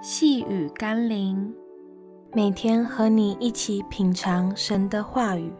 细雨甘霖，每天和你一起品尝神的话语。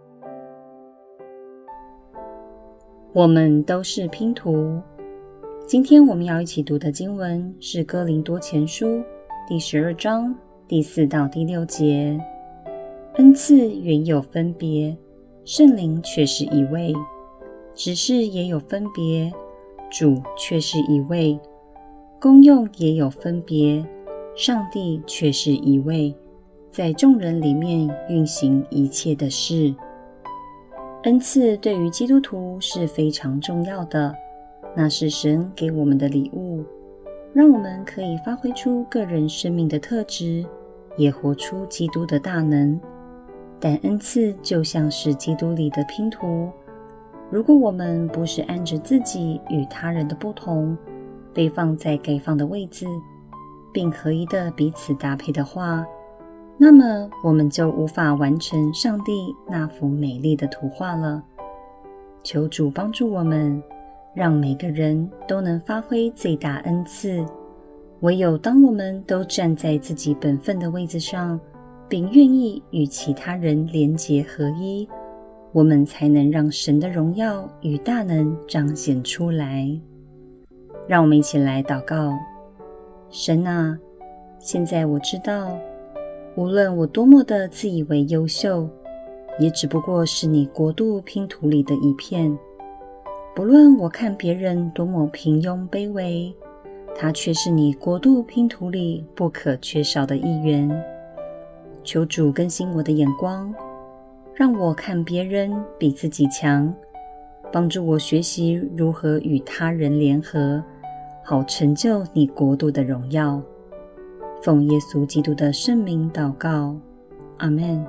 我们都是拼图。今天我们要一起读的经文是哥林多前书第12章第4到第6节。恩赐原有分别，圣灵却是一位；职事也有分别，主却是一位；功用也有分别，上帝却是一位，在众人里面运行一切的事。恩赐对于基督徒是非常重要的，那是神给我们的礼物，让我们可以发挥出个人生命的特质，也活出基督的大能。但恩赐就像是基督里的拼图，如果我们不是按着自己与他人的不同，被放在该放的位置，并合一的彼此搭配的话，那么我们就无法完成上帝那幅美丽的图画了。求主帮助我们，让每个人都能发挥最大恩赐。唯有当我们都站在自己本分的位置上，并愿意与其他人连结合一，我们才能让神的荣耀与大能彰显出来。让我们一起来祷告。神啊，现在我知道，无论我多么的自以为优秀，也只不过是你国度拼图里的一片。不论我看别人多么平庸卑微，他却是你国度拼图里不可缺少的一员。求主更新我的眼光，让我看别人比自己强，帮助我学习如何与他人联合，好成就你国度的荣耀。奉耶稣基督的圣名祷告，阿们。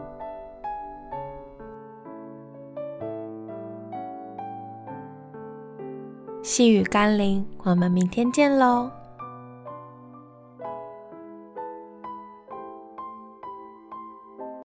细雨甘霖，我们明天见咯。